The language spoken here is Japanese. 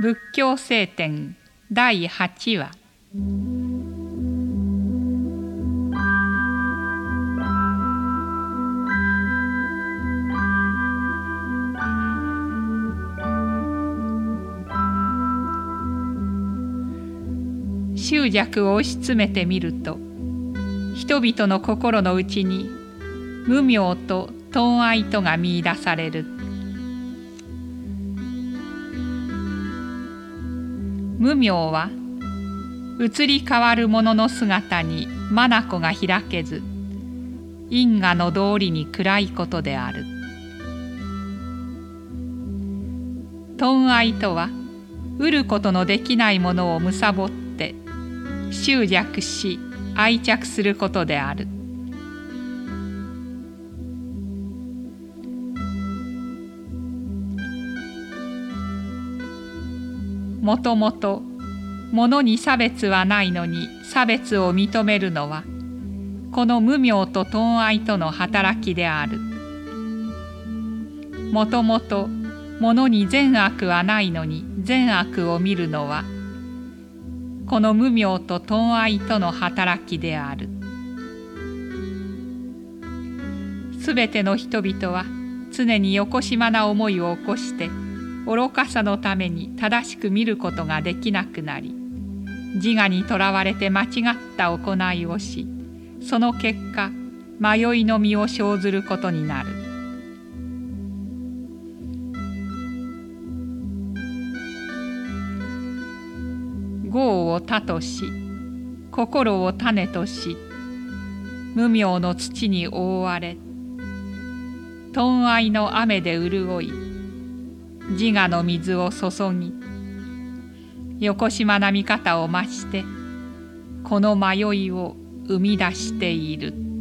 仏教聖典第8話。執着を押し詰めてみると、人々の心の内に無明と貪愛とが見出される。無明は移り変わるものの姿に眼が開けず、因果の道理に暗いことである。貪愛とは得ることのできないものを貪って執着し愛着することである。もともと物に差別はないのに差別を認めるのは、この無明と貪愛との働きである。もともと物に善悪はないのに善悪を見るのは、この無明と貪愛との働きである。すべての人々は常によこしまな思いを起こして、愚かさのために正しく見ることができなくなり、自我にとらわれて間違った行いをし、その結果迷いの身を生ずることになる。業を他とし、心を種とし、無明の土に覆われ、貪愛の雨で潤い、自我の水を注ぎ、よこしまな見方を増して、この迷いを生み出している。